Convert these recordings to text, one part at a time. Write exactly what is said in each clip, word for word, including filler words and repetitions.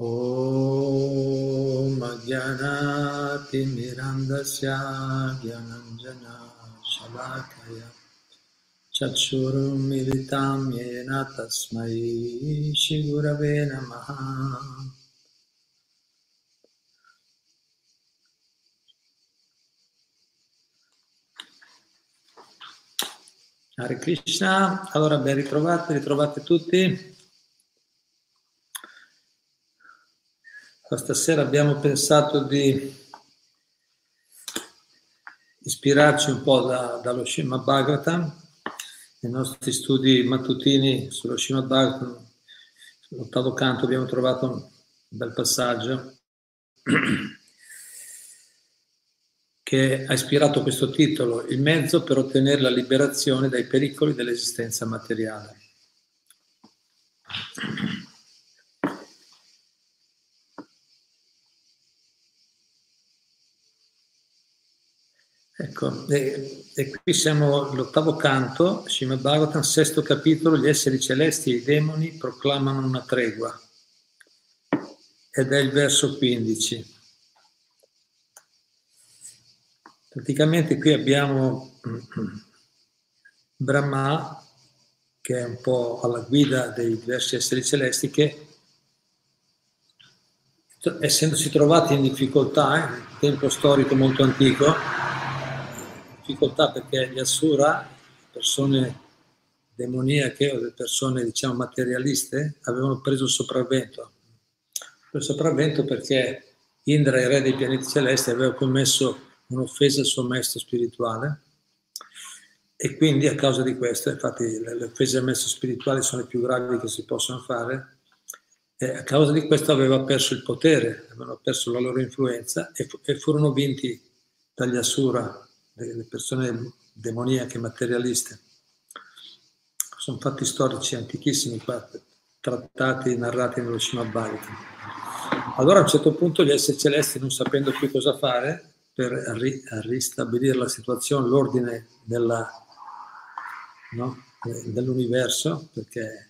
Om Ajnanati Mirandasya Gyananjana Shalakaya Chakshurum Militam Yena Tasmai Shri Gurave Namaha. Hare Krishna, allora ben ritrovati, ritrovate tutti. Stasera abbiamo pensato di ispirarci un po' da, dallo Srimad Bhagavatam, nei nostri studi mattutini sullo Srimad Bhagavatam, sull'ottavo canto abbiamo trovato un bel passaggio che ha ispirato questo titolo, il mezzo per ottenere la liberazione dai pericoli dell'esistenza materiale. Ecco, e, e qui siamo all'ottavo canto, Srimad Bhagavatam, sesto capitolo, gli esseri celesti e i demoni proclamano una tregua, ed è il verso quindici. Praticamente qui abbiamo Brahma, che è un po' alla guida dei diversi esseri celesti, che essendosi trovati in difficoltà, in un tempo storico molto antico, difficoltà perché gli Asura, persone demoniache o persone diciamo materialiste, avevano preso il sopravvento. Il sopravvento perché Indra, il re dei pianeti celesti, aveva commesso un'offesa al suo maestro spirituale e quindi a causa di questo, infatti le offese al maestro spirituale sono le più gravi che si possono fare, e a causa di questo aveva perso il potere, avevano perso la loro influenza e, fu- e furono vinti dagli Asura, le persone demoniache, materialiste. Sono fatti storici antichissimi qua, trattati, narrati nello Srimad Bhagavatam. Allora a un certo punto gli esseri celesti, non sapendo più cosa fare per ri- ristabilire la situazione, l'ordine della, no, dell'universo, perché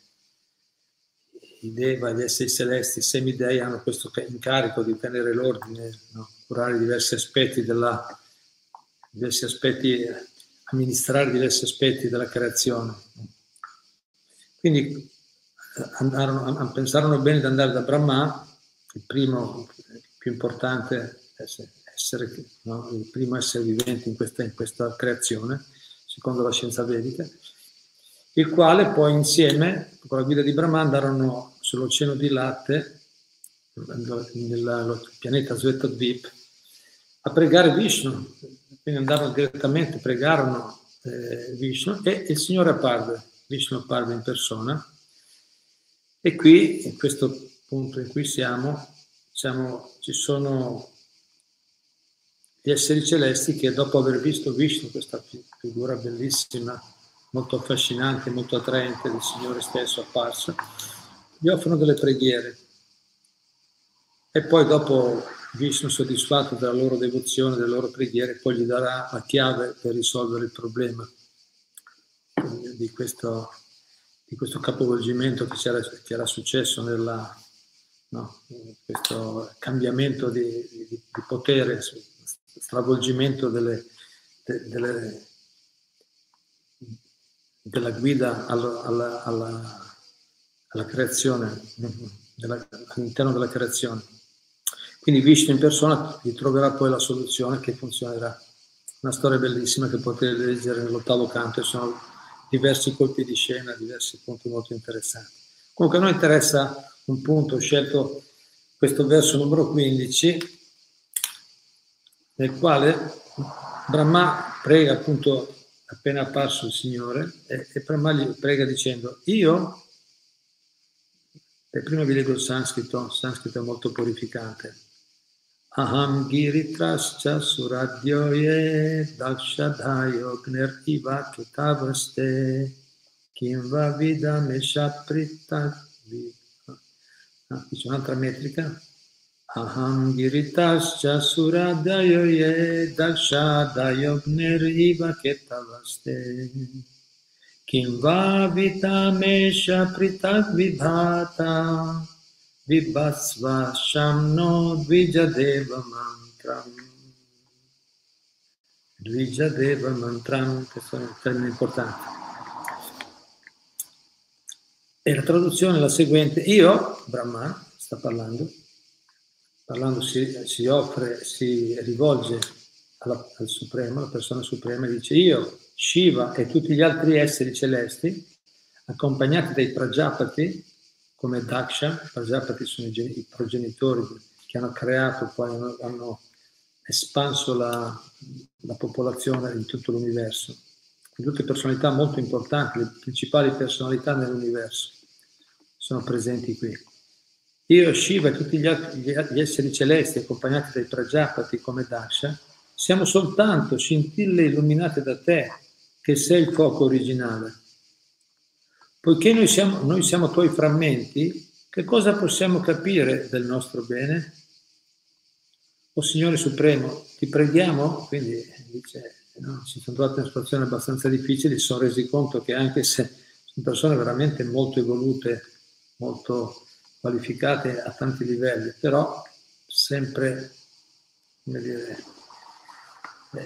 i Deva, gli esseri celesti, i semidei hanno questo incarico di tenere l'ordine, no, curare diversi aspetti della diversi aspetti, amministrare diversi aspetti della creazione. Quindi andarono, pensarono bene di andare da Brahma, il primo, il più importante essere, no, il primo essere vivente in questa, in questa creazione, secondo la scienza vedica, il quale poi insieme, con la guida di Brahma, andarono sull'oceano di latte, nel pianeta Svetadvip, a pregare Vishnu. Quindi andarono direttamente, pregarono eh, Vishnu e il Signore apparve, Vishnu apparve in persona. E qui, in questo punto in cui siamo, siamo ci sono gli esseri celesti che dopo aver visto Vishnu, questa figura bellissima, molto affascinante, molto attraente del Signore stesso apparso, gli offrono delle preghiere. E poi dopo Vishnu, soddisfatto della loro devozione, delle loro preghiere, poi gli darà la chiave per risolvere il problema di questo, di questo capovolgimento che, c'era, che era successo nella, no, questo cambiamento di, di, di potere, stravolgimento delle, de, delle, della guida alla, alla, alla, alla creazione, della, all'interno della creazione. Quindi Vishnu in persona gli troverà poi la soluzione che funzionerà. Una storia bellissima che potete leggere nell'ottavo canto, e sono diversi colpi di scena, diversi punti molto interessanti. Comunque a noi interessa un punto, ho scelto questo verso numero quindici, nel quale Brahma prega appunto, appena apparso il Signore, e, e Brahma gli prega dicendo: io, e prima vi leggo il sanscrito, il sanscrito è molto purificante. Aham giritrascha suradyoye dakshadhayo gner iva kitavaste kimva vida meshaprita. Ah, qui c'è un'altra metrica. Aham giritrascha suradyoye dakshadhayo gner iva kitavaste kimva vida meshaprita vibhata Vibhasva Shamno Dvijadeva Mantram. Dvijadeva Mantram, che sono un termine importante. E la traduzione è la seguente: io, Brahma, sta parlando, parlando si, si offre, si rivolge alla, al Supremo, alla persona suprema, e dice: io, Shiva e tutti gli altri esseri celesti, accompagnati dai Prajapati, come Daksha, Prajapati sono i, i progenitori che hanno creato, poi hanno, hanno espanso la, la popolazione in tutto l'universo. Tutte personalità molto importanti, le principali personalità nell'universo sono presenti qui. Io, Shiva e tutti gli, altri, gli esseri celesti accompagnati dai Prajapati come Daksha siamo soltanto scintille illuminate da te, che sei il fuoco originale. Poiché noi siamo, noi siamo tuoi frammenti, che cosa possiamo capire del nostro bene? O Signore Supremo, ti preghiamo, quindi dice, no, si sono trovati in una situazione abbastanza difficile, si sono resi conto che anche se sono persone veramente molto evolute, molto qualificate a tanti livelli, però sempre, come dire, eh,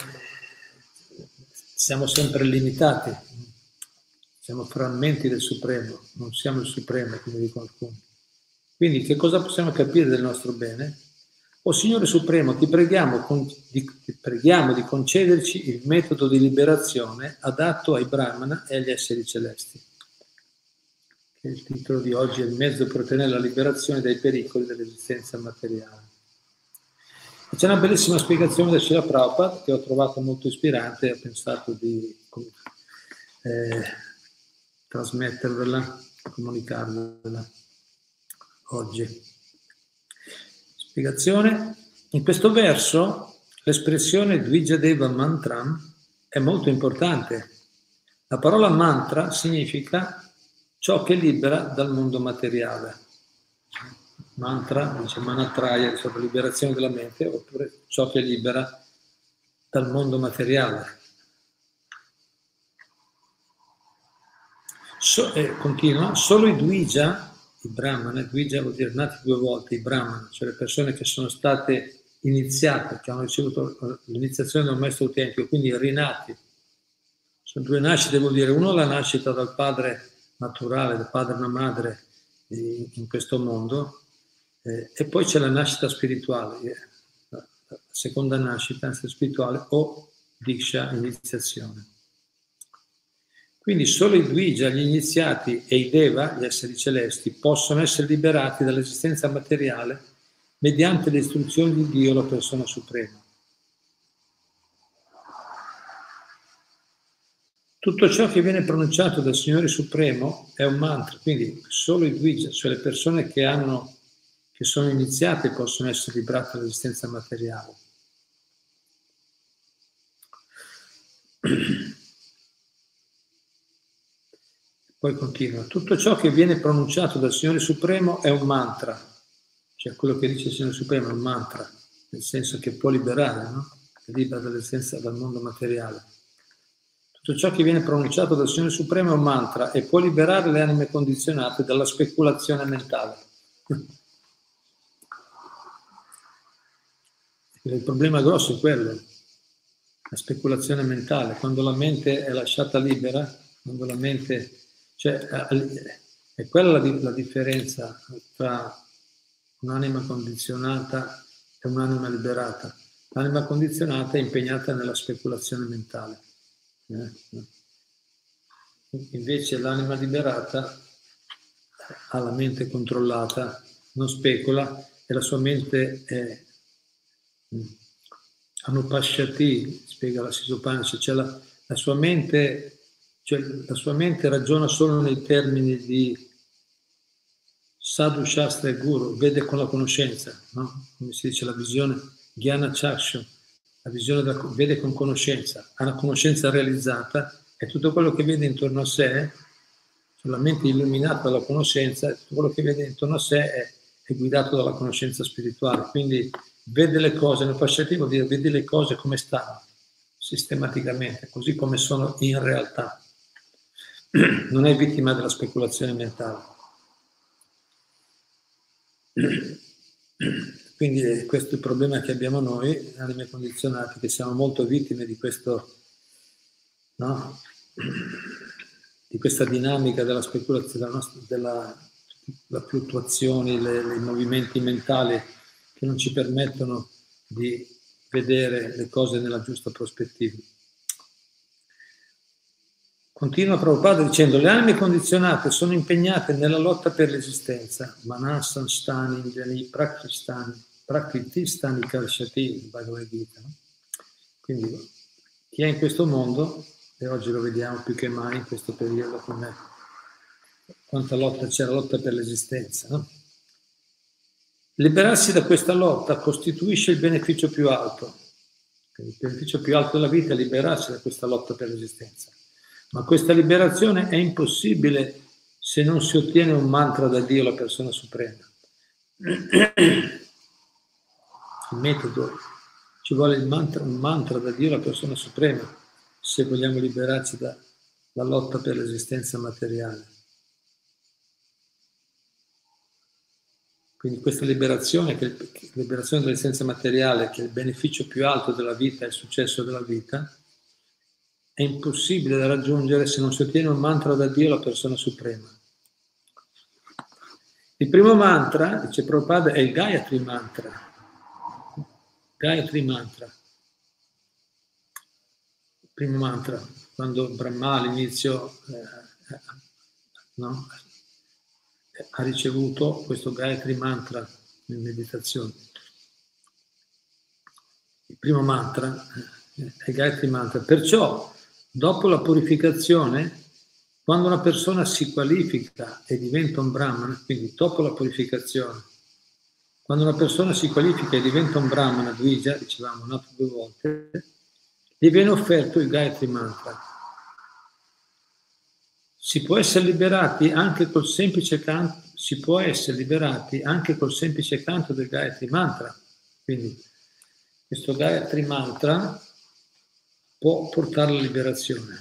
siamo sempre limitati. Siamo frammenti del Supremo, non siamo il Supremo, come dicono alcuni. Quindi che cosa possiamo capire del nostro bene? O Signore Supremo, ti preghiamo, con, di, ti preghiamo di concederci il metodo di liberazione adatto ai Brahmana e agli esseri celesti. Che il titolo di oggi è il mezzo per ottenere la liberazione dai pericoli dell'esistenza materiale. E c'è una bellissima spiegazione da Srila Prabhupada che ho trovato molto ispirante e ho pensato di eh, trasmettervela, comunicarvela oggi. Spiegazione. In questo verso l'espressione Dvijadeva Mantram è molto importante. La parola mantra significa ciò che libera dal mondo materiale. Mantra, dice Manatraya, di sopra liberazione della mente, oppure ciò che libera dal mondo materiale. So, eh, continua, solo i Dvija, i Brahmana, Dvija vuol dire nati due volte, i Brahmana, cioè le persone che sono state iniziate, che hanno ricevuto l'iniziazione del maestro autentico, quindi rinati. Sono due nascite, vuol dire uno la nascita dal padre naturale, dal padre e una madre eh, in questo mondo, eh, e poi c'è la nascita spirituale, eh, la, la seconda nascita, nascita spirituale o Diksha, iniziazione. Quindi solo i Dvija, gli iniziati, e i Deva, gli esseri celesti, possono essere liberati dall'esistenza materiale mediante le istruzioni di Dio, la persona suprema. Tutto ciò che viene pronunciato dal Signore Supremo è un mantra, quindi solo i Dvija, cioè le persone che, hanno, che sono iniziate, possono essere liberate dall'esistenza materiale. Poi continua, tutto ciò che viene pronunciato dal Signore Supremo è un mantra, cioè quello che dice il Signore Supremo è un mantra, nel senso che può liberare, no? Che libera dall'esistenza dal mondo materiale. Tutto ciò che viene pronunciato dal Signore Supremo è un mantra e può liberare le anime condizionate dalla speculazione mentale. Il problema grosso è quello, la speculazione mentale, quando la mente è lasciata libera, quando la mente... Cioè, è quella la, la differenza tra un'anima condizionata e un'anima liberata. L'anima condizionata è impegnata nella speculazione mentale. Eh? Invece l'anima liberata ha la mente controllata, non specula e la sua mente è anupashyati, spiega la Sisupanishad, cioè la, la sua mente... Cioè, la sua mente ragiona solo nei termini di sadhu, shastra e guru, vede con la conoscenza, no? Come si dice, la visione, jnana chakshu, la visione da, vede con conoscenza, ha una conoscenza realizzata e tutto quello che vede intorno a sé, cioè la mente illuminata dalla conoscenza, tutto quello che vede intorno a sé è, è guidato dalla conoscenza spirituale, quindi vede le cose, nel passato vuol dire vede le cose come stanno, sistematicamente, così come sono in realtà. Non è vittima della speculazione mentale. Quindi questo è il problema che abbiamo noi, anime condizionate, che siamo molto vittime di questo, no? Di questa dinamica della speculazione, della, nostra, della la fluttuazioni, le, i movimenti mentali che non ci permettono di vedere le cose nella giusta prospettiva. Continua Prabhupada dicendo: le anime condizionate sono impegnate nella lotta per l'esistenza. Manasan stani indjani prakriti stani karshati, Bhagavad Gita. Quindi chi è in questo mondo, e oggi lo vediamo più che mai in questo periodo, come quanta lotta c'è, la lotta per l'esistenza, no? Liberarsi da questa lotta costituisce il beneficio più alto. Quindi il beneficio più alto della vita è liberarsi da questa lotta per l'esistenza. Ma questa liberazione è impossibile se non si ottiene un mantra da Dio, la persona suprema. Il metodo, ci vuole il mantra, un mantra da Dio, la persona suprema, se vogliamo liberarci dalla lotta per l'esistenza materiale. Quindi questa liberazione, che è la liberazione dell'esistenza materiale, che è il beneficio più alto della vita, il successo della vita, è impossibile da raggiungere se non si ottiene un mantra da Dio, la persona suprema. Il primo mantra, dice Prabhupada, è il Gayatri Mantra. Gayatri Mantra. Il primo mantra, quando Brahma all'inizio eh, no, ha ricevuto questo Gayatri Mantra in meditazione. Il primo mantra è il Gayatri Mantra. Perciò, dopo la purificazione, quando una persona si qualifica e diventa un Brahmana, quindi dopo la purificazione, quando una persona si qualifica e diventa un Brahmana, Dvija, dicevamo nato due volte, gli viene offerto il Gayatri Mantra. Si può essere liberati anche col semplice canto, si può essere liberati anche col semplice canto del Gayatri Mantra. Quindi questo Gayatri Mantra può portare alla liberazione.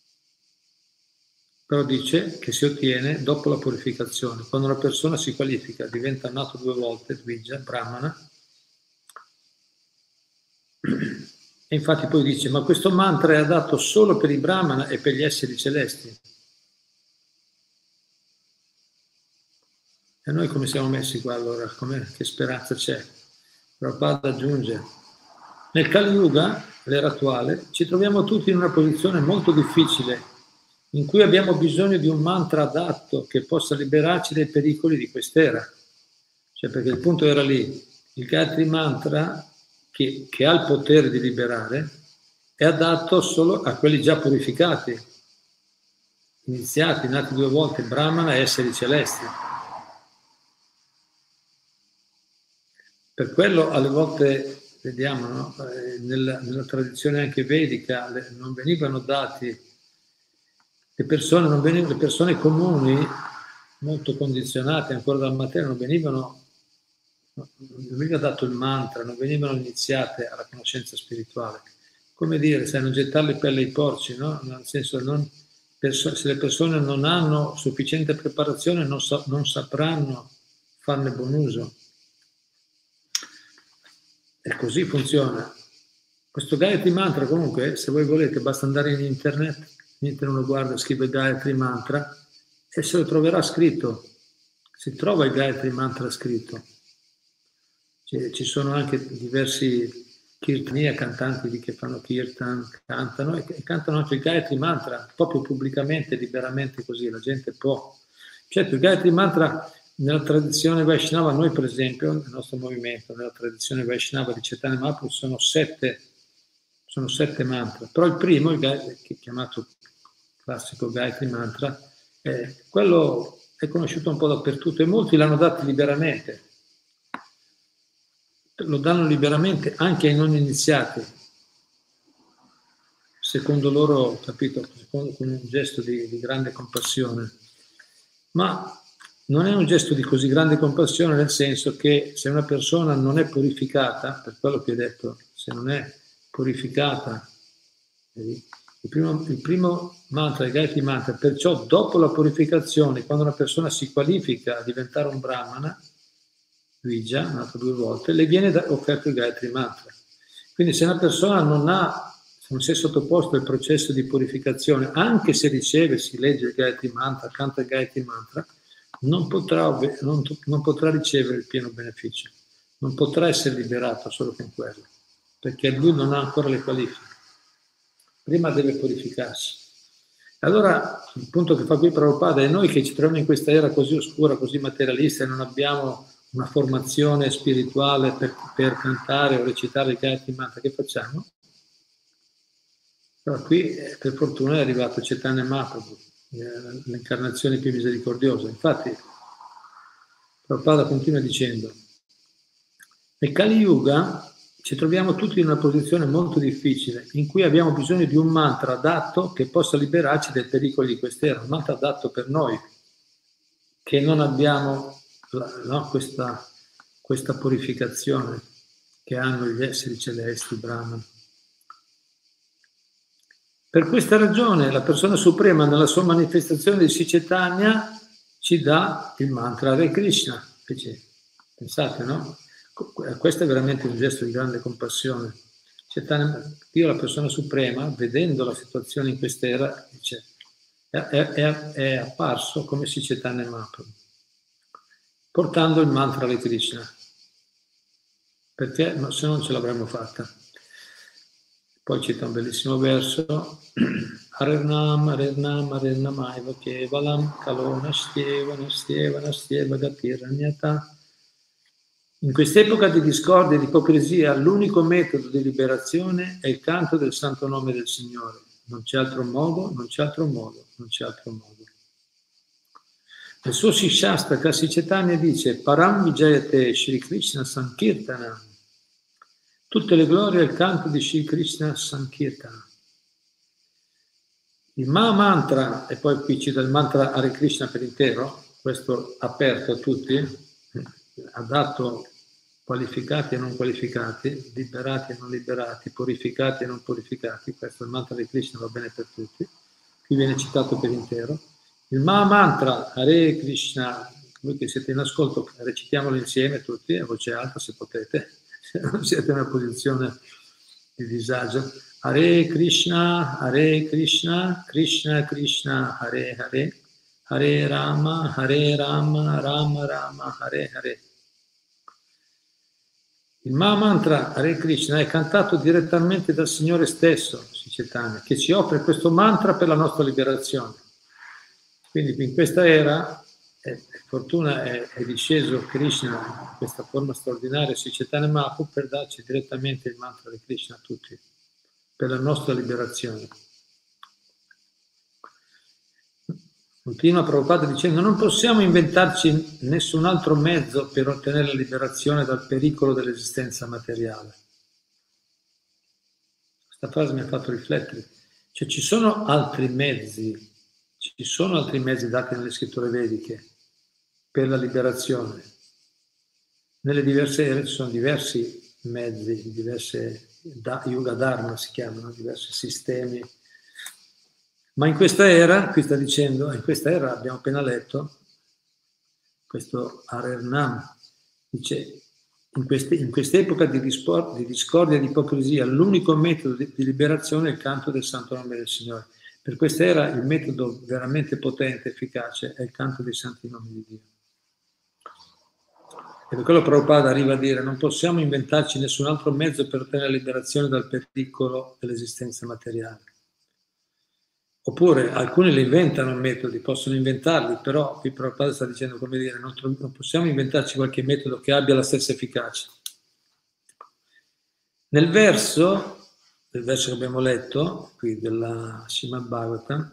Però dice che si ottiene dopo la purificazione. Quando una persona si qualifica, diventa nato due volte, Dvija, Brahmana, e infatti poi dice: ma questo mantra è adatto solo per i Brahmana e per gli esseri celesti. E noi come siamo messi qua allora? Come, che speranza c'è? Prabhupada aggiunge: nel Kali Yuga, l'era attuale, ci troviamo tutti in una posizione molto difficile, in cui abbiamo bisogno di un mantra adatto che possa liberarci dai pericoli di quest'era. Cioè, perché il punto era lì, il Gayatri Mantra, che, che ha il potere di liberare, è adatto solo a quelli già purificati, iniziati, nati due volte, Brahmana e esseri celesti. Per quello alle volte, vediamo, no? nella, nella tradizione anche vedica, le, non venivano dati, le persone, non venivano, le persone comuni, molto condizionate ancora dalla materia, non venivano, non veniva dato il mantra, non venivano iniziate alla conoscenza spirituale. Come dire, sai, non gettare le pelle ai porci, no? Nel senso, non, perso- se le persone non hanno sufficiente preparazione, non, sa- non sapranno farne buon uso. E così funziona. Questo Gayatri Mantra, comunque, se voi volete, basta andare in internet, niente non lo guarda, scrive Gayatri Mantra e se lo troverà scritto. Si trova il Gayatri Mantra scritto. Cioè, ci sono anche diversi kirtaniya, cantanti che fanno kirtan, cantano e, e cantano anche il Gayatri Mantra, proprio pubblicamente, liberamente così, la gente può. Certo, il Gayatri Mantra nella tradizione Vaishnava, noi per esempio, nel nostro movimento, nella tradizione Vaishnava di Chaitanya Mahaprabhu sono sette, sono sette mantra, però il primo, il Gayatri, che è chiamato classico Gayatri Mantra, eh, quello è conosciuto un po' dappertutto e molti l'hanno dato liberamente, lo danno liberamente anche ai non iniziati, secondo loro, capito, secondo, con un gesto di, di grande compassione. Ma non è un gesto di così grande compassione, nel senso che se una persona non è purificata, per quello che ho detto, se non è purificata, il primo, il primo mantra, il Gayatri Mantra, perciò dopo la purificazione, quando una persona si qualifica a diventare un Brahmana, Vija, nato due volte, le viene da, offerto il Gayatri Mantra. Quindi se una persona non ha, non si è sottoposto al processo di purificazione, anche se riceve, si legge il Gayatri Mantra, canta il Gayatri Mantra, non potrà, non, non potrà ricevere il pieno beneficio, non potrà essere liberato solo con quello, perché lui non ha ancora le qualifiche. Prima deve purificarsi. Allora, il punto che fa qui Prabhupada è: noi che ci troviamo in questa era così oscura, così materialista, e non abbiamo una formazione spirituale per, per cantare o recitare il Gayatri Mantra, che facciamo? Allora, qui per fortuna è arrivato Chaitanya Mahaprabhu, l'incarnazione più misericordiosa. Infatti Prabhupada continua dicendo: nel Kali Yuga ci troviamo tutti in una posizione molto difficile, in cui abbiamo bisogno di un mantra adatto che possa liberarci dai pericoli di quest'era, un mantra adatto per noi, che non abbiamo no, questa, questa purificazione che hanno gli esseri celesti, Brahman. Per questa ragione la persona suprema nella sua manifestazione di Sri Chaitanya ci dà il mantra Hare Krishna. Pensate, no? Questo è veramente un gesto di grande compassione. Chaitanya, Dio, la persona suprema, vedendo la situazione in quest'era, dice, è, è, è apparso come Sri Chaitanya Mahaprabhu, portando il mantra Hare Krishna, perché no, se non ce l'avremmo fatta. Poi cita un bellissimo verso: Arernam, Arernam, Arernamaiva Kevalam, Kalona Stieva, Nastieva, Nastieva Gatiranyata. In quest'epoca di discordia e di ipocrisia, l'unico metodo di liberazione è il canto del santo nome del Signore. Non c'è altro modo, non c'è altro modo, non c'è altro modo. Nel suo Shikshastra Sri Chaitanya dice: Param Vijayate Shri Krishna Sankirtana. Tutte le glorie al canto di Shri Krishna Sankirtana. Il Maha Mantra, e poi qui cita il mantra Hare Krishna per intero, questo aperto a tutti, adatto qualificati e non qualificati, liberati e non liberati, purificati e non purificati. Questo è il mantra di Krishna, va bene per tutti. Qui viene citato per intero. Il Maha Mantra Hare Krishna, voi che siete in ascolto, recitiamolo insieme tutti, a voce alta se potete, se non siete in una posizione di disagio. Hare Krishna, Hare Krishna, Krishna Krishna, Hare Hare, Hare Rama, Hare Rama, Rama Rama, Hare Hare. Il Maha Mantra Hare Krishna è cantato direttamente dal Signore stesso, Sri Chaitanya, che ci offre questo mantra per la nostra liberazione. Quindi in questa era, eh, fortuna è, è disceso Krishna in questa forma straordinaria, Sri Chaitanya Mahaprabhu, per darci direttamente il mantra di Krishna a tutti, per la nostra liberazione. Continua Prabhupada dicendo: non possiamo inventarci nessun altro mezzo per ottenere la liberazione dal pericolo dell'esistenza materiale. Questa frase mi ha fatto riflettere. Cioè ci sono altri mezzi, ci sono altri mezzi dati nelle scritture vediche per la liberazione. Nelle diverse ere ci sono diversi mezzi, diverse Yuga Dharma si chiamano, diversi sistemi. Ma in questa era, qui sta dicendo, in questa era abbiamo appena letto, questo Arernam, dice, in, queste, in quest'epoca di, dispor, di discordia e di ipocrisia, l'unico metodo di, di liberazione è il canto del santo nome del Signore. Per questa era il metodo veramente potente, efficace, è il canto dei santi nomi di Dio. E per quello Prabhupada arriva a dire: non possiamo inventarci nessun altro mezzo per ottenere la liberazione dal pericolo dell'esistenza materiale. Oppure alcuni le inventano metodi, possono inventarli, però qui Prabhupada sta dicendo, come dire, non, non possiamo inventarci qualche metodo che abbia la stessa efficacia. Nel verso, nel verso che abbiamo letto, qui della Srimad Bhagavatam,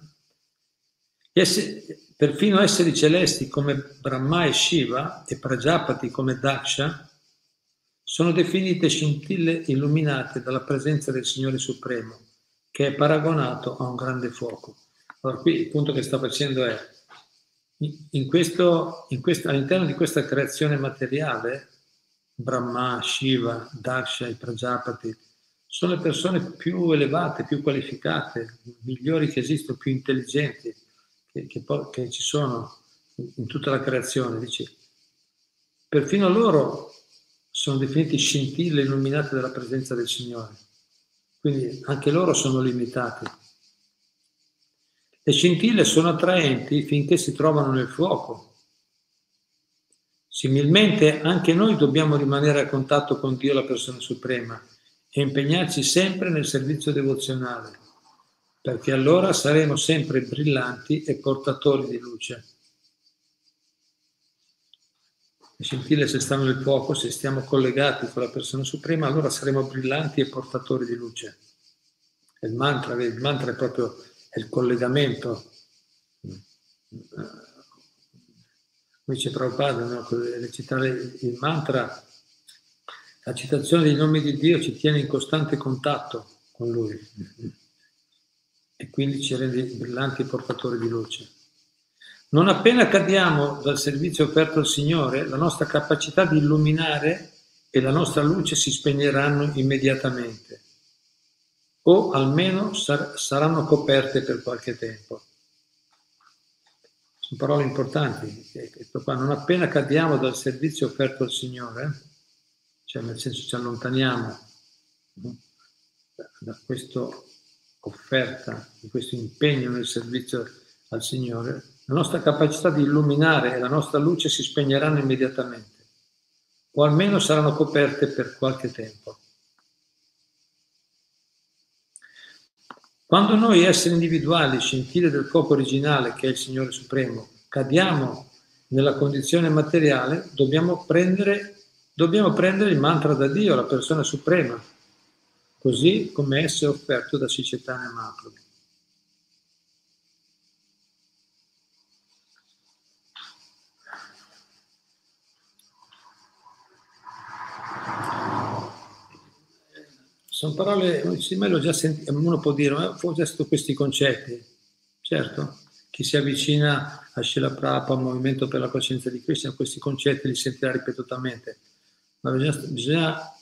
perfino esseri celesti come Brahma e Shiva e Prajapati come Daksha sono definite scintille illuminate dalla presenza del Signore Supremo, che è paragonato a un grande fuoco. Allora qui il punto che sta facendo è, in questo, in questo, all'interno di questa creazione materiale, Brahma, Shiva, Daksha e Prajapati sono le persone più elevate, più qualificate, migliori che esistono, più intelligenti che, che, che ci sono in tutta la creazione. Dice, perfino loro sono definiti scintille illuminate dalla presenza del Signore, quindi anche loro sono limitati. Le scintille sono attraenti finché si trovano nel fuoco. Similmente anche noi dobbiamo rimanere a contatto con Dio, la persona suprema, e impegnarci sempre nel servizio devozionale, perché allora saremo sempre brillanti e portatori di luce. Le scintille, se stanno nel fuoco, se stiamo collegati con la persona suprema, allora saremo brillanti e portatori di luce. E il mantra, il mantra è proprio è il collegamento. Come dice Prabhupada, no? Recitare il mantra, la citazione dei nomi di Dio ci tiene in costante contatto con Lui e quindi ci rende brillanti e portatori di luce. Non appena cadiamo dal servizio offerto al Signore, la nostra capacità di illuminare e la nostra luce si spegneranno immediatamente, o almeno sar- saranno coperte per qualche tempo. Sono parole importanti. Non appena cadiamo dal servizio offerto al Signore, cioè nel senso ci allontaniamo da questa offerta, di questo impegno nel servizio al Signore, la nostra capacità di illuminare e la nostra luce si spegneranno immediatamente, o almeno saranno coperte per qualche tempo. Quando noi, esseri individuali, scintille del fuoco originale, che è il Signore Supremo, cadiamo nella condizione materiale, dobbiamo prendere, dobbiamo prendere il mantra da Dio, la persona suprema, così come esso è offerto da Sri Chaitanya Mahaprabhu. Sono parole, sì, me l'ho già sentito, uno può dire, ma ho già sentito questi concetti. Certo, chi si avvicina a Srila Prabhupada, al Movimento per la Coscienza di Krishna, questi concetti li sentirà ripetutamente, ma bisogna, bisogna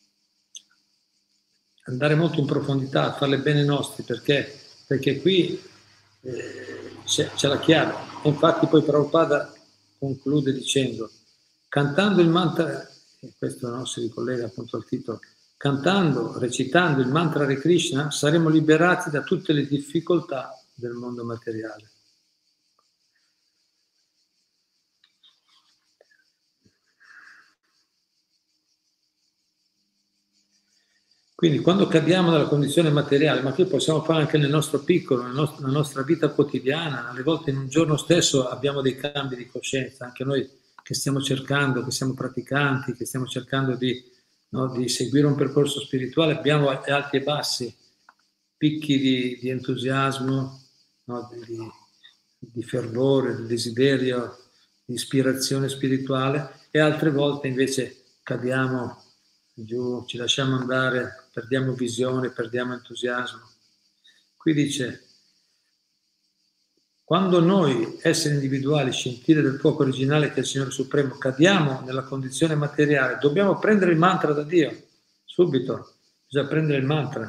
andare molto in profondità, farle bene nostri, perché, perché qui eh, c'è, c'è la chiave. E infatti poi Prabhupada conclude dicendo, cantando il mantra, e questo no, si ricollega appunto al titolo, cantando, recitando il mantra Hare Krishna, saremo liberati da tutte le difficoltà del mondo materiale. Quindi quando cadiamo nella condizione materiale, ma qui possiamo fare anche nel nostro piccolo, nella nostra, nella nostra vita quotidiana, alle volte in un giorno stesso abbiamo dei cambi di coscienza, anche noi che stiamo cercando, che siamo praticanti, che stiamo cercando di, no, di seguire un percorso spirituale, abbiamo alti e bassi, picchi di, di entusiasmo, no, di, di fervore, di desiderio, di ispirazione spirituale, e altre volte invece cadiamo giù, ci lasciamo andare, perdiamo visione, perdiamo entusiasmo. Qui dice, quando noi, esseri individuali, scintille del fuoco originale che è il Signore Supremo, cadiamo nella condizione materiale, dobbiamo prendere il mantra da Dio, subito, bisogna prendere il mantra.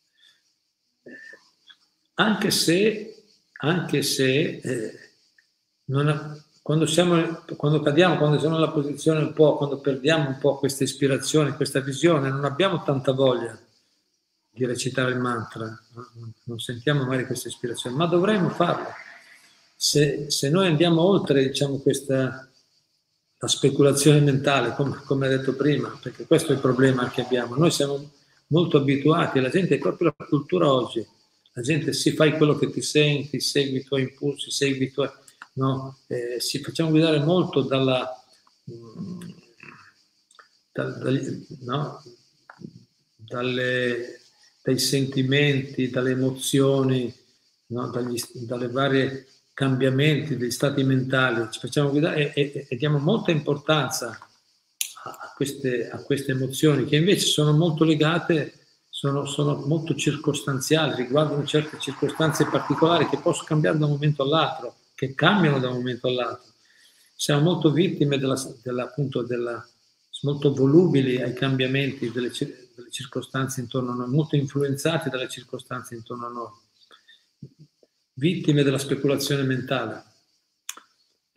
Anche se, anche se eh, non, quando, siamo, quando cadiamo, quando siamo nella posizione un po', quando perdiamo un po' questa ispirazione, questa visione, non abbiamo tanta voglia di recitare il mantra, non, non sentiamo mai questa ispirazione, ma dovremmo farlo. Se, se noi andiamo oltre, diciamo, questa la speculazione mentale, come, come ho detto prima, perché questo è il problema che abbiamo, noi siamo molto abituati, la gente è proprio la cultura oggi, la gente si fai quello che ti senti, segui i tuoi impulsi, segui i tuoi... No? Eh, ci facciamo guidare molto dalla, mh, da, dagli, no? Dalle, dai sentimenti, dalle emozioni, no? Dagli, dalle varie cambiamenti degli stati mentali, ci facciamo guidare e, e, e diamo molta importanza a queste, a queste emozioni che invece sono molto legate, sono, sono molto circostanziali, riguardano certe circostanze particolari che possono cambiare da un momento all'altro, che cambiano da un momento all'altro. Siamo molto vittime della, della, appunto della, molto volubili ai cambiamenti delle, delle circostanze intorno a noi, molto influenzati dalle circostanze intorno a noi, vittime della speculazione mentale.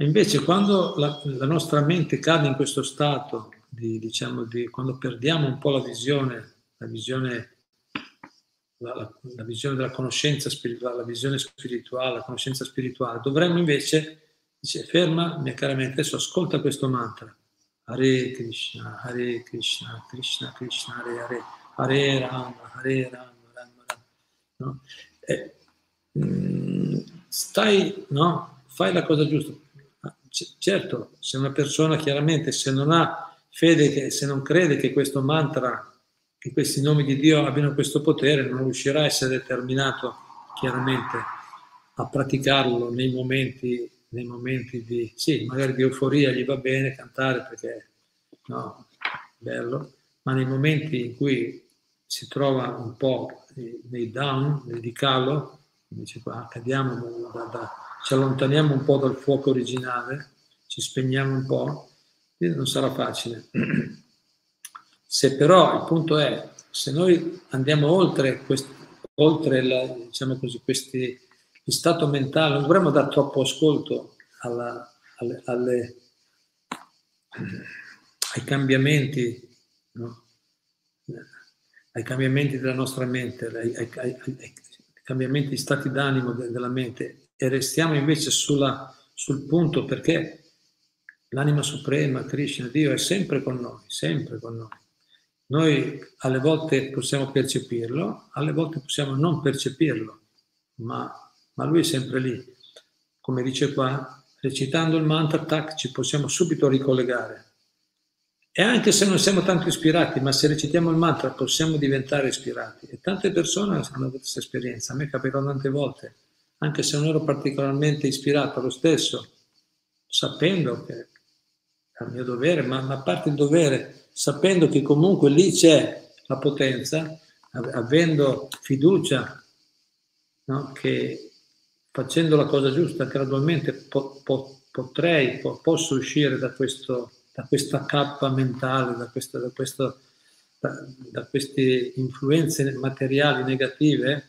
E invece quando la, la nostra mente cade in questo stato, di, diciamo, di, quando perdiamo un po' la visione, la visione, la, la, la visione della conoscenza spirituale, la visione spirituale, la conoscenza spirituale, dovremmo invece, dice, ferma mia cara mente, adesso ascolta questo mantra, Hare Krishna, Hare Krishna, Krishna Krishna, Hare Hare, Hare Rama, Hare Rama, Rama Rama, no? E, mm, stai, no? Fai la cosa giusta. C- certo, se una persona chiaramente, se non ha fede, che, se non crede che questo mantra, che questi nomi di Dio abbiano questo potere, non riuscirà a essere determinato chiaramente a praticarlo nei momenti, nei momenti di, sì, magari di euforia gli va bene cantare perché, no, bello, ma nei momenti in cui si trova un po' nei down, di calo, dice qua, cadiamo da, da, ci allontaniamo un po' dal fuoco originale, ci spegniamo un po', non sarà facile. Se però il punto è, se noi andiamo oltre, quest, oltre la, diciamo così, questi, il stato mentale, non dovremmo dare troppo ascolto alla, alle, alle, ai cambiamenti, no? Ai cambiamenti della nostra mente, ai, ai, ai, ai cambiamenti di stati d'animo de, della mente, e restiamo invece sulla, sul punto, perché l'anima suprema, Krishna, Dio, è sempre con noi, sempre con noi. Noi alle volte possiamo percepirlo, alle volte possiamo non percepirlo, ma, ma lui è sempre lì. Come dice qua, recitando il mantra, tac, ci possiamo subito ricollegare. E anche se non siamo tanto ispirati, ma se recitiamo il mantra possiamo diventare ispirati. E tante persone hanno avuto questa esperienza, a me capitò tante volte, anche se non ero particolarmente ispirato, lo stesso, sapendo che è il mio dovere, ma a parte il dovere, sapendo che comunque lì c'è la potenza, avendo fiducia, no, che facendo la cosa giusta gradualmente po- po- potrei, po- posso uscire da, questo, da questa cappa mentale, da, questo, da, questo, da, da queste influenze materiali negative,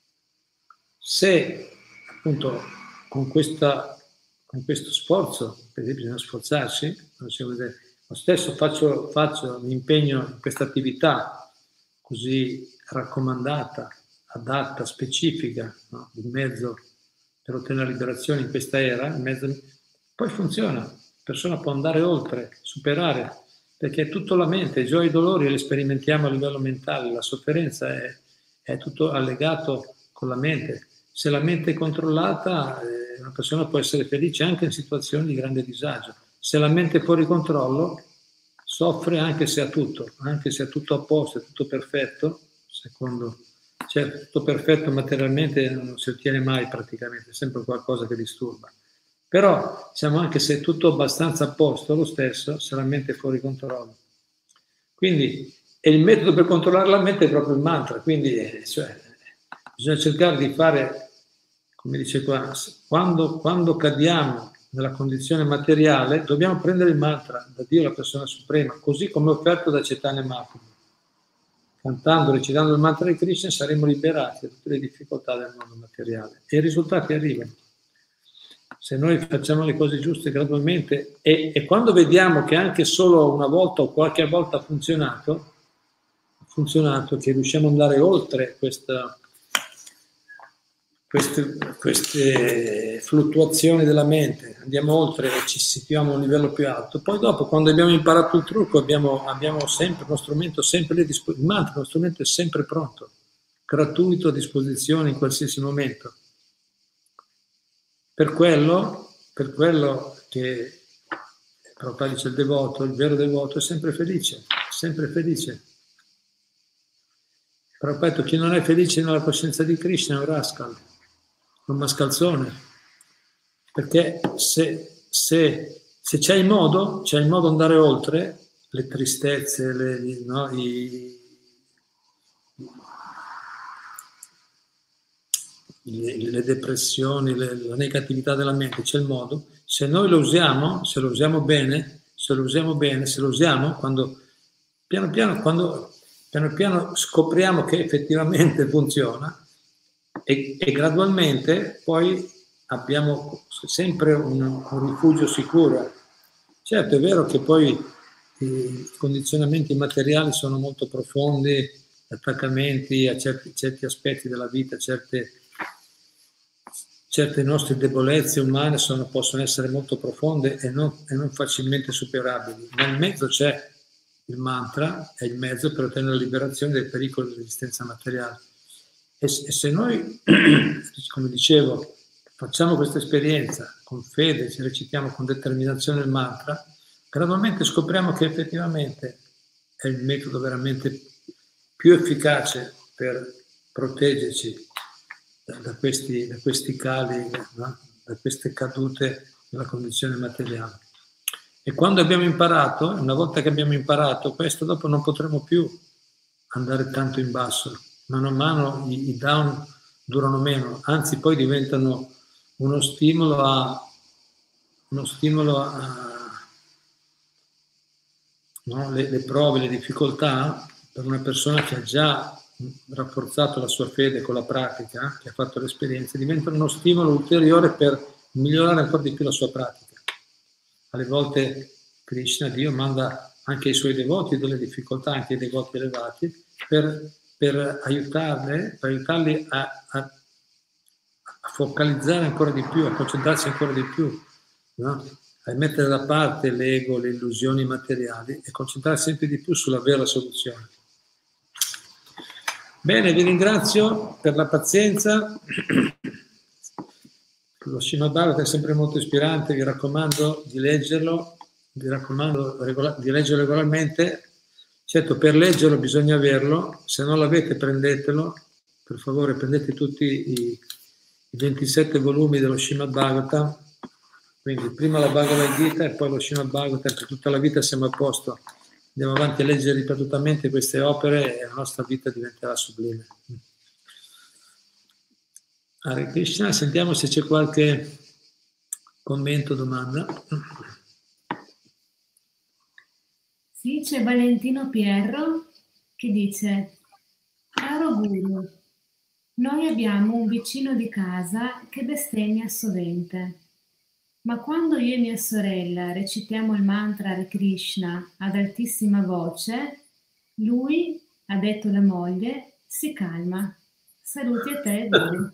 se appunto con, questa, con questo sforzo, perché bisogna sforzarsi, lo stesso faccio, faccio, mi impegno in questa attività così raccomandata, adatta, specifica, no? Il mezzo per ottenere la liberazione in questa era, il mezzo, poi funziona, la persona può andare oltre, superare, perché è tutto la mente, i gioie e i dolori li sperimentiamo a livello mentale, la sofferenza è, è tutto allegato con la mente. Se la mente è controllata, eh, una persona può essere felice anche in situazioni di grande disagio. Se la mente è fuori controllo, soffre anche se ha tutto, anche se ha tutto a posto, è tutto perfetto, secondo, cioè tutto perfetto materialmente non si ottiene mai praticamente, è sempre qualcosa che disturba. Però, diciamo, anche se è tutto abbastanza a posto, lo stesso, se la mente è fuori controllo. Quindi, e il metodo per controllare la mente è proprio il mantra, quindi cioè, bisogna cercare di fare, come dice qua, quando, quando cadiamo nella condizione materiale, dobbiamo prendere il mantra da Dio, la persona suprema, così come offerto da Chaitanya Mahaprabhu. Cantando, recitando il mantra di Krishna saremo liberati da tutte le difficoltà del mondo materiale e i risultati arrivano. Se noi facciamo le cose giuste gradualmente e, e quando vediamo che anche solo una volta o qualche volta ha funzionato, ha funzionato, che riusciamo ad andare oltre questa, queste, queste fluttuazioni della mente, andiamo oltre e ci situiamo a un livello più alto. Poi dopo, quando abbiamo imparato il trucco, abbiamo, abbiamo sempre uno strumento sempre lì, il mantra, uno strumento è sempre pronto, gratuito, a disposizione in qualsiasi momento. Per quello, per quello che Prabhupada dice il devoto, il vero devoto è sempre felice, sempre felice. Prabhupada ha detto, chi non è felice nella coscienza di Krishna è un rascal, un mascalzone, perché se, se, se c'è il modo, c'è il modo di andare oltre le tristezze, le, no, i, Le, le depressioni, le, la negatività della mente, c'è il modo, se noi lo usiamo, se lo usiamo bene, se lo usiamo bene, se lo usiamo, quando piano piano, quando piano piano scopriamo che effettivamente funziona e, e gradualmente poi abbiamo sempre un, un rifugio sicuro. Certo, è vero che poi i condizionamenti materiali sono molto profondi, attaccamenti a certi, certi aspetti della vita, certe, certe nostre debolezze umane sono, possono essere molto profonde e non, e non facilmente superabili. Nel mezzo c'è il mantra, è il mezzo per ottenere la liberazione dai pericoli dell'esistenza materiale. E, e se noi, come dicevo, facciamo questa esperienza con fede, ci recitiamo con determinazione il mantra, gradualmente scopriamo che effettivamente è il metodo veramente più efficace per proteggerci da, da, questi, da questi cali, no? Da queste cadute nella condizione materiale. E quando abbiamo imparato, una volta che abbiamo imparato questo, dopo non potremo più andare tanto in basso. Mano a mano i, i down durano meno, anzi poi diventano uno stimolo a uno stimolo a no? le, le prove, le difficoltà per una persona che ha già rafforzato la sua fede con la pratica, che ha fatto l'esperienza, diventano uno stimolo ulteriore per migliorare ancora di più la sua pratica. Alle volte Krishna, Dio, manda anche ai suoi devoti delle difficoltà, anche ai devoti elevati, per, per aiutarli, per aiutarli a, a, a focalizzare ancora di più, a concentrarsi ancora di più, no? A mettere da parte l'ego, le illusioni materiali e concentrarsi sempre di più sulla vera soluzione. Bene, vi ringrazio per la pazienza. Lo Srimad Bhagavatam è sempre molto ispirante, vi raccomando di leggerlo, vi raccomando regola- di leggerlo regolarmente. Certo, per leggerlo bisogna averlo, se non l'avete prendetelo, per favore prendete tutti i, i ventisette volumi dello Srimad Bhagavatam, quindi prima la Bhagavad Gita e poi lo Srimad Bhagavatam, per tutta la vita siamo a posto. Andiamo avanti a leggere ripetutamente queste opere e la nostra vita diventerà sublime. Hare Krishna, sentiamo se c'è qualche commento, domanda. Sì, c'è Valentino Pierro che dice: caro Guru, noi abbiamo un vicino di casa che bestemmia sovente, ma quando io e mia sorella recitiamo il mantra Hare Krishna ad altissima voce, lui, ha detto la moglie, si calma. Saluti a te, Guru.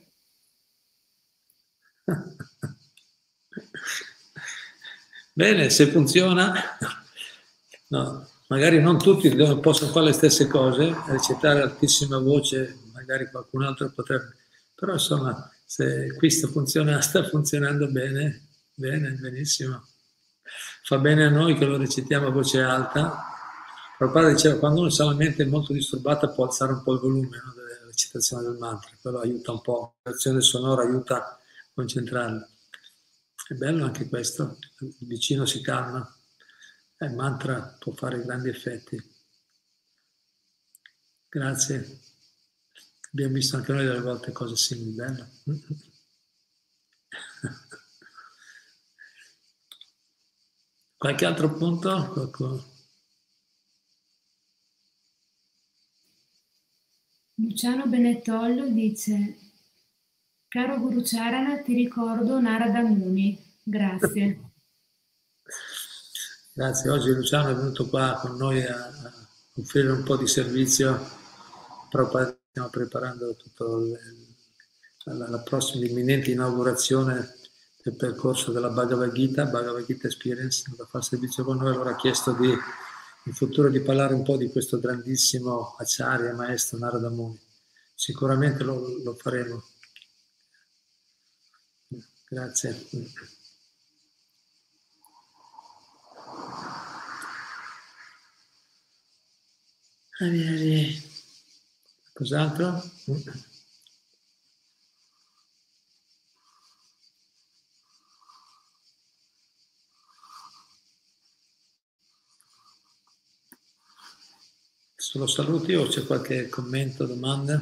Bene, se funziona, no, magari non tutti possono fare le stesse cose, recitare ad altissima voce, magari qualcun altro potrebbe, però insomma, se questo funziona, sta funzionando bene, bene, benissimo. Fa bene a noi che lo recitiamo a voce alta. Prabhupada diceva, quando uno ha la mente molto disturbata può alzare un po' il volume, no, della recitazione del mantra, quello aiuta un po', l'azione sonora aiuta a concentrarlo. È bello anche questo, il vicino si calma, il mantra può fare grandi effetti. Grazie, abbiamo visto anche noi delle volte cose simili, bello. Qualche altro punto? Qualcuno? Luciano Benettollo dice: caro Guru Charana, ti ricordo Narada Muni. Grazie. Grazie, oggi Luciano è venuto qua con noi a, a offrire un po' di servizio, proprio stiamo preparando tutto il, la, la prossima imminente inaugurazione del percorso della Bhagavad Gita, Bhagavad Gita Experience, da fare servizio con noi, allora ha chiesto di, in futuro di parlare un po' di questo grandissimo acciaria, maestro Narada Muni. Sicuramente lo, lo faremo. Grazie. Cos'altro? Solo saluti o c'è qualche commento, domanda?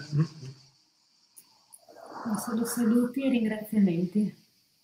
Solo saluti e ringraziamenti.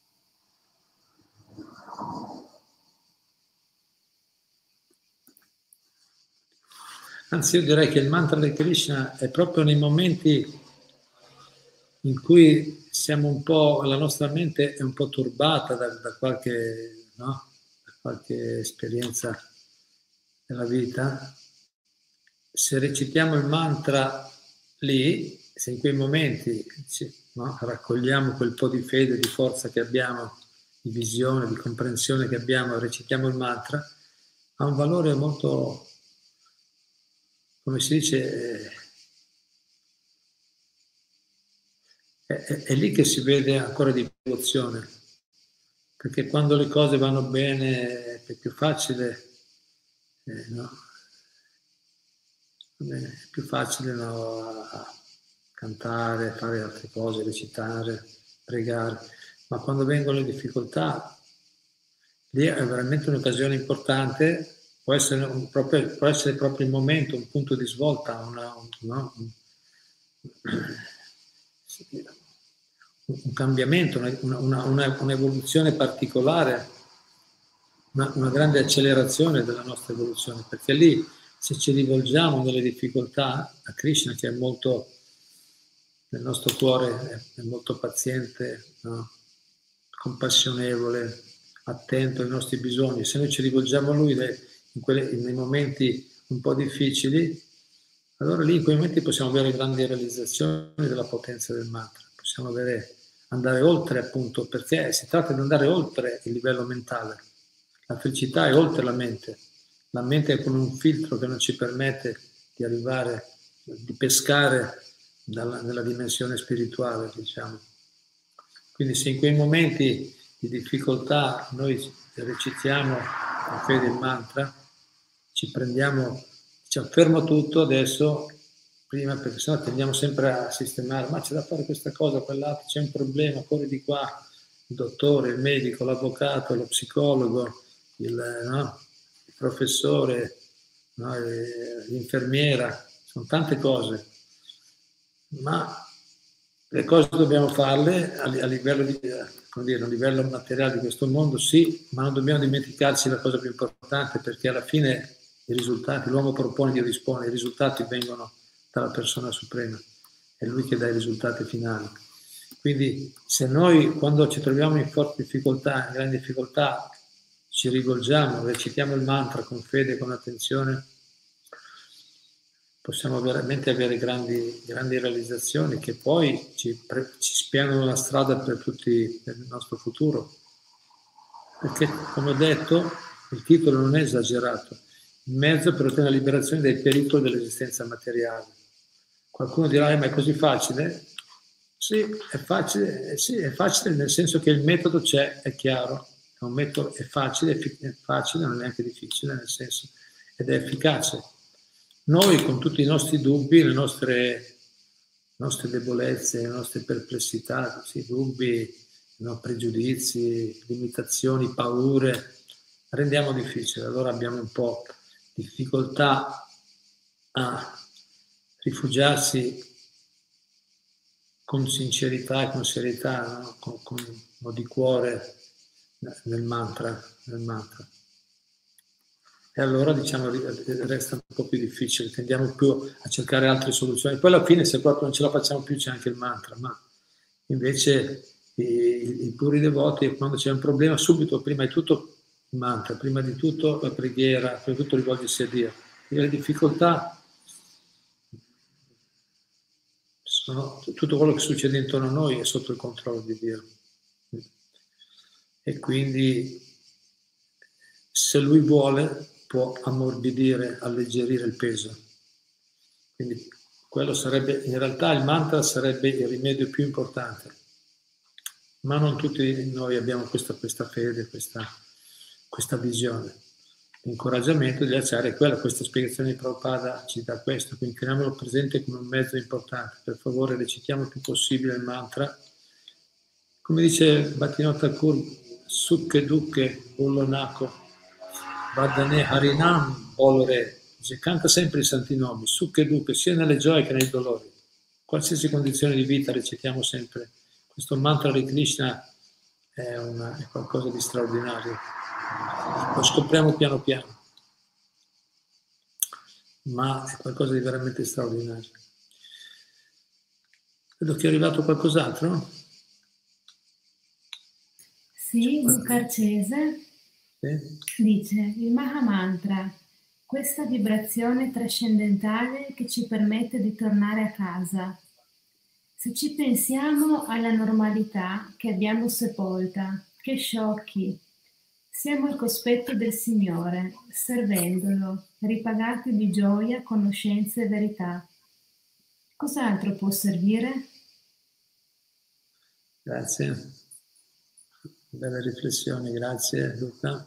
Anzi, io direi che il mantra di Krishna è proprio nei momenti in cui siamo un po', la nostra mente è un po' turbata da, da, qualche, no? da qualche esperienza della vita. Se recitiamo il mantra lì, se in quei momenti no, raccogliamo quel po' di fede, di forza che abbiamo, di visione, di comprensione che abbiamo, recitiamo il mantra, ha un valore molto, come si dice, è, è, è lì che si vede ancora di devozione, perché quando le cose vanno bene è più facile, eh, no? È più facile no, a cantare, fare altre cose, recitare, pregare, ma quando vengono le difficoltà, lì è veramente un'occasione importante, può essere, un, proprio, può essere proprio il momento, un punto di svolta, una, un, no, un, un cambiamento, una, una, una, un'evoluzione particolare, una, una grande accelerazione della nostra evoluzione, perché lì se ci rivolgiamo nelle difficoltà a Krishna, che è molto, nel nostro cuore è, è molto paziente, no? Compassionevole, attento ai nostri bisogni, se noi ci rivolgiamo a Lui in quelle, nei momenti un po' difficili, allora lì in quei momenti possiamo avere grandi realizzazioni della potenza del mantra, possiamo avere, andare oltre appunto, perché si tratta di andare oltre il livello mentale, la felicità è oltre la mente. La mente è come un filtro che non ci permette di arrivare, di pescare dalla, nella dimensione spirituale, diciamo. Quindi se in quei momenti di difficoltà noi recitiamo con fede il mantra, ci prendiamo, diciamo, fermo tutto adesso, prima, perché sennò tendiamo sempre a sistemare, ma c'è da fare questa cosa, quell'altra, c'è un problema, corri di qua, il dottore, il medico, l'avvocato, lo psicologo, il... no? professore, no, l'infermiera, sono tante cose, ma le cose dobbiamo farle a, a, livello di, come dire, a livello materiale di questo mondo, sì, ma non dobbiamo dimenticarci la cosa più importante, perché alla fine i risultati, l'uomo propone, Dio dispone, i risultati vengono dalla persona suprema, è lui che dà i risultati finali. Quindi se noi quando ci troviamo in forti difficoltà, in grandi difficoltà, ci rivolgiamo, recitiamo il mantra con fede, con attenzione, possiamo veramente avere grandi, grandi realizzazioni che poi ci, pre, ci spianano la strada per tutti, per il nostro futuro. Perché, come ho detto, il titolo non è esagerato, il mezzo per ottenere la liberazione dai pericoli dell'esistenza materiale. Qualcuno dirà, eh, ma è così facile? Sì, è facile, eh, sì, è facile nel senso che il metodo c'è, è chiaro. È un metodo, è facile, è facile, non è neanche difficile, nel senso, ed è efficace. Noi con tutti i nostri dubbi, le nostre, nostre debolezze, le nostre perplessità, sì, dubbi, no, pregiudizi, limitazioni, paure, rendiamo difficile. Allora abbiamo un po' difficoltà a rifugiarsi con sincerità e con serietà, no? con, con, con di cuore nel mantra, nel mantra. E allora diciamo resta un po' più difficile, tendiamo più a cercare altre soluzioni. Poi alla fine se proprio non ce la facciamo più c'è anche il mantra, ma invece i, i puri devoti quando c'è un problema subito, prima di tutto il mantra, prima di tutto la preghiera, prima di tutto rivolgersi a Dio. E le difficoltà sono, tutto quello che succede intorno a noi è sotto il controllo di Dio. E quindi se Lui vuole può ammorbidire, alleggerire il peso. Quindi quello sarebbe, in realtà il mantra sarebbe il rimedio più importante, ma non tutti noi abbiamo questa, questa fede, questa, questa visione. L'incoraggiamento di lasciare è quello, questa spiegazione di Prabhupada ci dà questo, quindi teniamolo presente come un mezzo importante. Per favore recitiamo il più possibile il mantra. Come dice Bhaktivinoda Thakur, Sukhe Dukhe Bollonako, Vadane Harinam Bolore, si canta sempre i santi nomi, Sukhe Dukhe, sia nelle gioie che nei dolori. Qualsiasi condizione di vita recitiamo sempre. Questo mantra di Krishna è, una, è qualcosa di straordinario. Lo scopriamo piano piano, ma è qualcosa di veramente straordinario. Vedo che è arrivato qualcos'altro. Sì, Luca Arcese Sì? dice il Maha Mantra, questa vibrazione trascendentale che ci permette di tornare a casa. Se ci pensiamo alla normalità che abbiamo sepolta, che sciocchi, siamo al cospetto del Signore, servendolo, ripagati di gioia, conoscenza e verità. Cos'altro può servire? Grazie. Belle riflessioni, grazie Luca.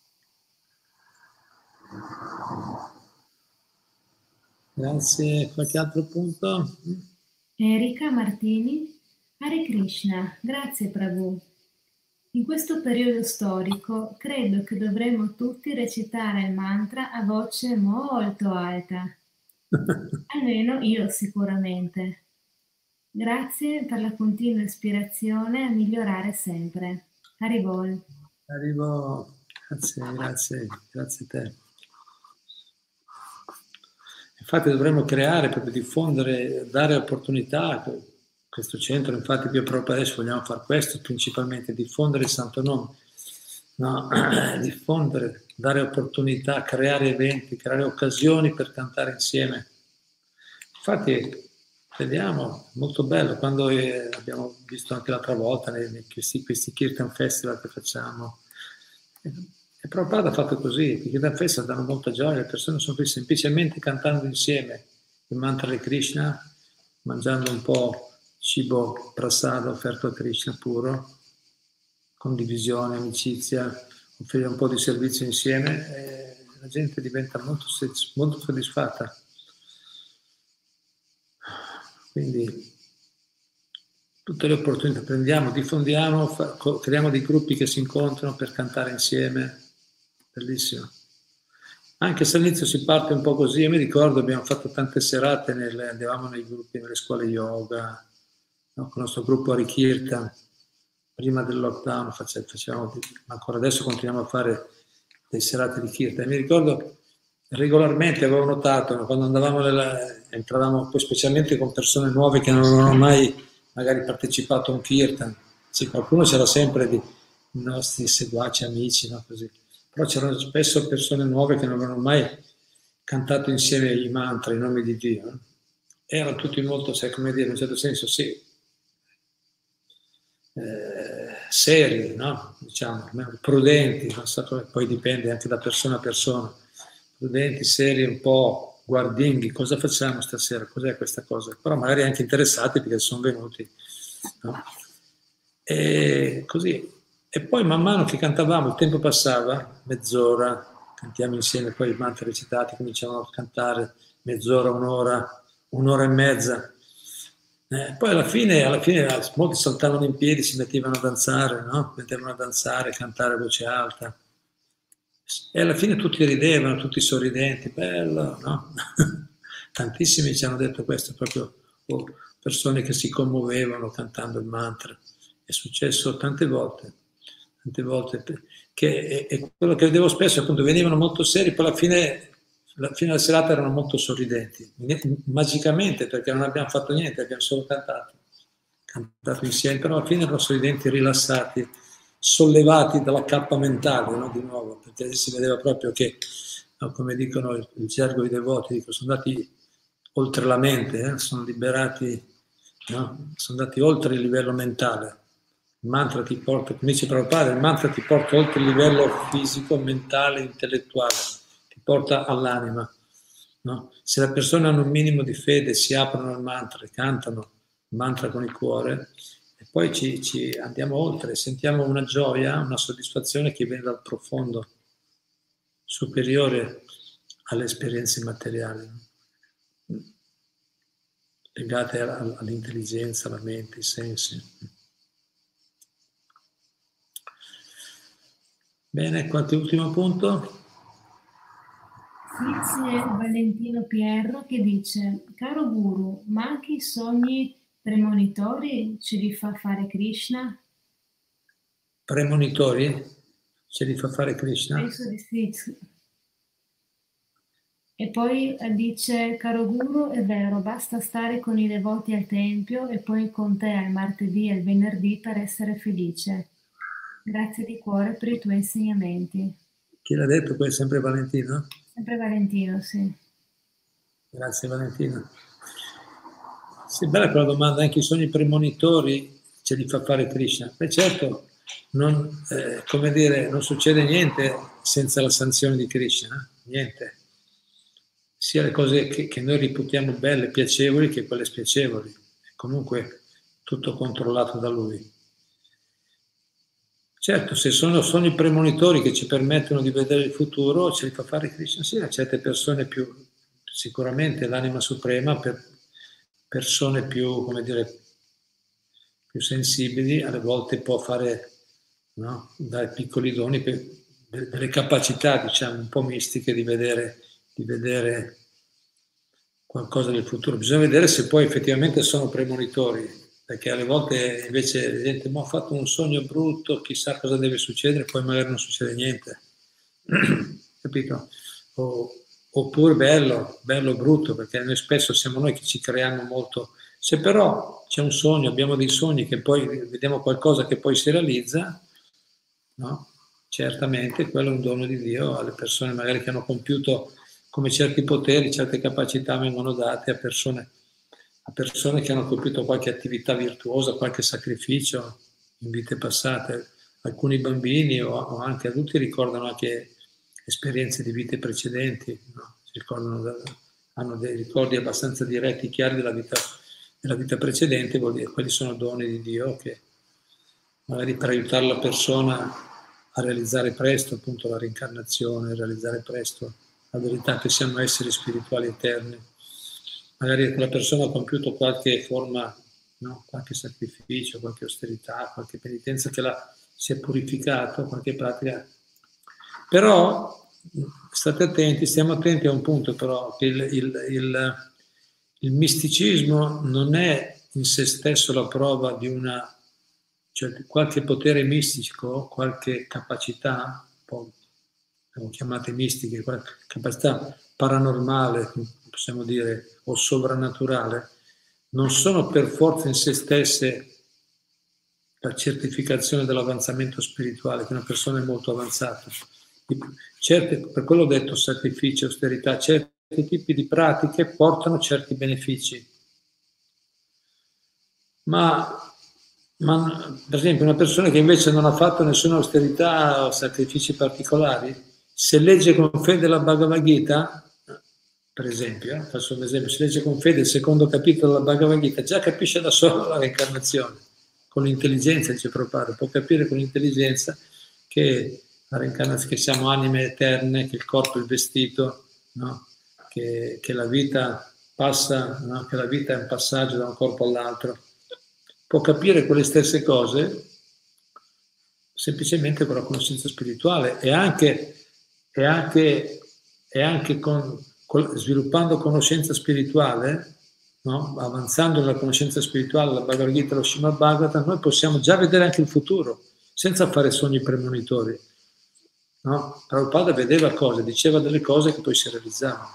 Grazie. Qualche altro punto? Erika Martini, Hare Krishna, grazie Prabhu. In questo periodo storico credo che dovremmo tutti recitare il mantra a voce molto alta. Almeno io sicuramente. Grazie per la continua ispirazione a migliorare sempre. Haribol. Arrivo, grazie, grazie, grazie a te. Infatti dovremmo creare, proprio diffondere, dare opportunità a questo centro. Infatti più proprio adesso vogliamo fare questo, principalmente diffondere il santo nome, no? Diffondere, dare opportunità, creare eventi, creare occasioni per cantare insieme. Infatti vediamo, molto bello, quando eh, abbiamo visto anche l'altra volta nei, nei, questi, questi Kirtan Festival che facciamo, e Prabhupada ha fatto così, i Kirtan Festival danno molta gioia, le persone sono qui semplicemente cantando insieme il mantra di Krishna, mangiando un po' cibo prasada offerto a Krishna puro, condivisione, amicizia, offrire un po' di servizio insieme, e la gente diventa molto, molto soddisfatta. Quindi tutte le opportunità prendiamo, diffondiamo, fa, creiamo dei gruppi che si incontrano per cantare insieme, bellissimo. Anche se all'inizio si parte un po' così, io mi ricordo abbiamo fatto tante serate, nelle, andavamo nei gruppi, nelle scuole yoga, no? Con il nostro gruppo Harikirtan, prima del lockdown facevamo, ma ancora adesso continuiamo a fare delle serate di Kirtan. Mi ricordo regolarmente, avevo notato, no? Quando andavamo nella, entravamo poi specialmente con persone nuove che non avevano mai magari partecipato a un Kirtan, sì, qualcuno c'era sempre di nostri seguaci, amici, no? Così. Però c'erano spesso persone nuove che non avevano mai cantato insieme i mantra, i nomi di Dio. No? Erano tutti molto, sai come dire, in un certo senso, sì, eh, seri, no? Diciamo, prudenti, non so come, poi dipende anche da persona a persona, prudenti, seri, un po' guardinghi, cosa facciamo stasera, cos'è questa cosa? Però magari anche interessati perché sono venuti. No? E così. E poi man mano che cantavamo, il tempo passava, mezz'ora, cantiamo insieme, poi i mantra recitati, cominciavano a cantare mezz'ora, un'ora, un'ora e mezza. Eh, poi alla fine, alla fine molti saltavano in piedi, si mettevano a danzare, no? Mettevano a danzare, cantare a voce alta. E alla fine tutti ridevano, tutti sorridenti, bello, no? Tantissimi ci hanno detto questo, proprio oh, persone che si commuovevano cantando il mantra. È successo tante volte, tante volte, che è, è quello che vedevo spesso, appunto, venivano molto seri, poi alla fine, alla fine della serata erano molto sorridenti, magicamente, perché non abbiamo fatto niente, abbiamo solo cantato, cantato insieme, però alla fine erano sorridenti, rilassati, sollevati dalla cappa mentale, no? Di nuovo, perché si vedeva proprio che, no, come dicono il, il gergo i devoti, dico, sono andati oltre la mente, eh? Sono liberati, no? Sono andati oltre il livello mentale. Il mantra ti porta, come dice Prabhupada, il mantra ti porta oltre il livello fisico, mentale, intellettuale, ti porta all'anima. No? Se le persone hanno un minimo di fede, si aprono al mantra, cantano il mantra con il cuore, e poi ci, ci andiamo oltre, sentiamo una gioia, una soddisfazione che viene dal profondo, superiore alle esperienze materiali, no? Legate all'intelligenza, alla mente, ai sensi. Bene, qualche ultimo punto? Sì, c'è Valentino Pierro che dice, caro Guru, ma anche i sogni premonitori ce li fa fare Krishna? Premonitori? Ce li fa fare Krishna? Penso di sì. E poi dice, caro Guru, è vero, basta stare con i devoti al tempio e poi con te al martedì e al venerdì per essere felice. Grazie di cuore per i tuoi insegnamenti. Chi l'ha detto? Poi è sempre Valentino? Sempre Valentino, sì. Grazie Valentino. Sì, bella quella domanda, anche i sogni premonitori ce li fa fare Krishna. Beh certo, non, eh, come dire, non succede niente senza la sanzione di Krishna, eh? Niente. Sia le cose che, che noi reputiamo belle, piacevoli, che quelle spiacevoli. È comunque tutto controllato da Lui. Certo, se sono sogni premonitori che ci permettono di vedere il futuro, ce li fa fare Krishna. Sì, a certe persone più, sicuramente l'anima suprema, per persone più, come dire, più sensibili, alle volte può fare, no, dare piccoli doni, per, delle capacità, diciamo, un po' mistiche di vedere, di vedere qualcosa del futuro. Bisogna vedere se poi effettivamente sono premonitori, perché alle volte invece la gente mi ha fatto un sogno brutto, chissà cosa deve succedere, poi magari non succede niente. Capito? O, oppure bello, bello brutto, perché noi spesso siamo noi che ci creiamo molto. Se però c'è un sogno, abbiamo dei sogni che poi vediamo qualcosa che poi si realizza, no? Certamente quello è un dono di Dio alle persone magari che hanno compiuto, come certi poteri, certe capacità vengono date a persone, a persone che hanno compiuto qualche attività virtuosa, qualche sacrificio in vite passate. Alcuni bambini o, o anche adulti ricordano anche esperienze di vite precedenti, no? Si ricordano, hanno dei ricordi abbastanza diretti, chiari della vita, della vita precedente, vuol dire quelli sono doni di Dio che magari per aiutare la persona a realizzare presto appunto la reincarnazione, realizzare presto la verità che siamo esseri spirituali eterni. Magari quella persona ha compiuto qualche forma, no? Qualche sacrificio, qualche austerità, qualche penitenza che la, si è purificato, qualche pratica. Però state attenti, stiamo attenti a un punto però, che il, il, il, il misticismo non è in se stesso la prova di una, cioè qualche potere mistico, qualche capacità, un po' chiamate mistiche, qualche capacità paranormale, possiamo dire, o sovrannaturale, non sono per forza in se stesse la certificazione dell'avanzamento spirituale, che una persona è molto avanzata. Certe, per quello ho detto sacrificio, austerità, certi tipi di pratiche portano certi benefici. Ma, ma per esempio una persona che invece non ha fatto nessuna austerità o sacrifici particolari, se legge con fede la Bhagavad Gita, per esempio, eh, faccio un esempio, se legge con fede il secondo capitolo della Bhagavad Gita, già capisce da solo la reincarnazione, con l'intelligenza, dice Prabhupada, può capire con l'intelligenza che la reincarnazione, che siamo anime eterne, che il corpo è il vestito, no? che, che la vita passa, no? Che la vita è un passaggio da un corpo all'altro. Può capire quelle stesse cose semplicemente con la conoscenza spirituale e anche, e anche, e anche con, con, sviluppando conoscenza spirituale, no? Avanzando nella conoscenza spirituale, la Bhagavad Gita, lo Srimad Bhagavatam, noi possiamo già vedere anche il futuro senza fare sogni premonitori. No? Prabhupada vedeva cose, diceva delle cose che poi si realizzavano.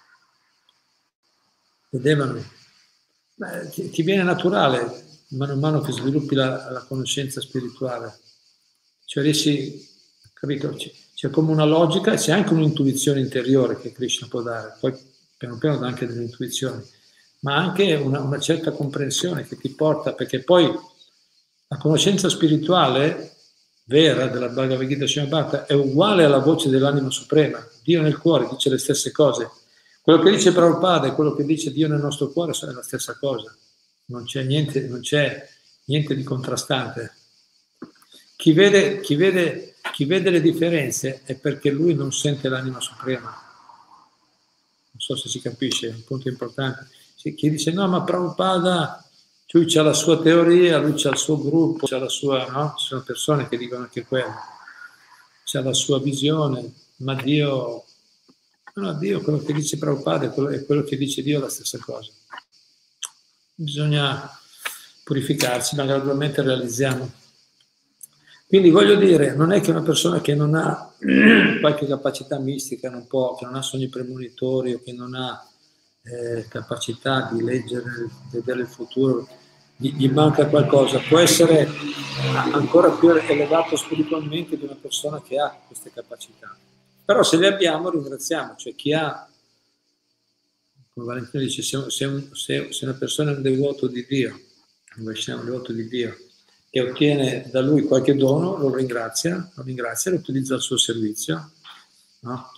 Vedevano. Beh, ti, ti viene naturale mano a mano che sviluppi la, la conoscenza spirituale. Cioè riesci, capito? C'è, c'è come una logica e c'è anche un'intuizione interiore che Krishna può dare. Poi piano piano dà anche delle intuizioni, ma anche una, una certa comprensione che ti porta, perché poi la conoscenza spirituale vera della Bhagavad Gita Srimad Bhagavatam è uguale alla voce dell'anima suprema. Dio nel cuore dice le stesse cose. Quello che dice Prabhupada e quello che dice Dio nel nostro cuore sono la stessa cosa. Non c'è niente, non c'è niente di contrastante. Chi vede, chi, vede, chi vede le differenze è perché lui non sente l'anima suprema. Non so se si capisce, è un punto importante. Chi dice no, ma Prabhupada, lui c'ha la sua teoria, lui c'ha il suo gruppo, c'ha la sua, no? Ci sono persone che dicono anche quello, c'ha la sua visione, ma Dio, no, Dio, quello che dice Prabhupada è quello, è quello che dice Dio, è la stessa cosa. Bisogna purificarsi, ma gradualmente realizziamo. Quindi voglio dire, non è che una persona che non ha qualche capacità mistica, non può, che non ha sogni premonitori o che non ha eh, capacità di leggere, vedere il futuro, gli, gli manca qualcosa, può essere ancora più elevato spiritualmente di una persona che ha queste capacità. Però se le abbiamo, ringraziamo, cioè chi ha, come Valentino dice, se, se, un, se, se una persona è un devoto di Dio, un devoto di Dio, e ottiene da lui qualche dono, lo ringrazia, lo ringrazia, lo utilizza al suo servizio, no?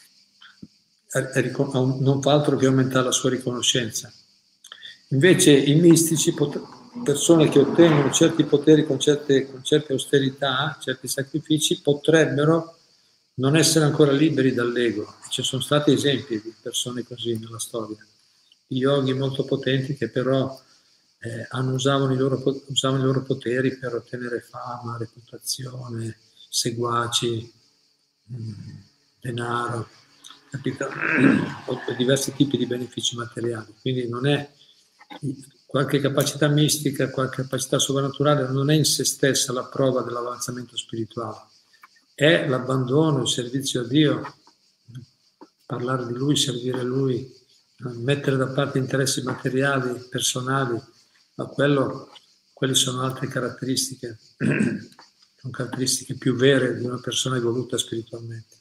Non fa altro che aumentare la sua riconoscenza. Invece i mistici, persone che ottengono certi poteri con certe, con certe austerità, certi sacrifici, potrebbero non essere ancora liberi dall'ego. Ci sono stati esempi di persone così nella storia, di yogi molto potenti che però eh, hanno, usavano, i loro, usavano i loro poteri per ottenere fama, reputazione, seguaci, mh, denaro, capito? O diversi tipi di benefici materiali. Quindi non è qualche capacità mistica, qualche capacità sovrannaturale non è in se stessa la prova dell'avanzamento spirituale, è l'abbandono, il servizio a Dio, parlare di Lui, servire Lui, mettere da parte interessi materiali, personali, ma quello, quelle sono altre caratteristiche, sono caratteristiche più vere di una persona evoluta spiritualmente.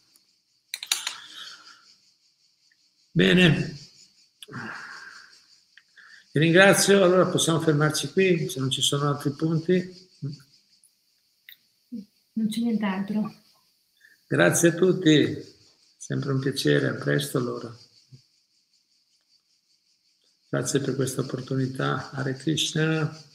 Bene, vi ringrazio, allora possiamo fermarci qui, se non ci sono altri punti. Non c'è nient'altro. Grazie a tutti, sempre un piacere, a presto allora. Grazie per questa opportunità. Hare Krishna.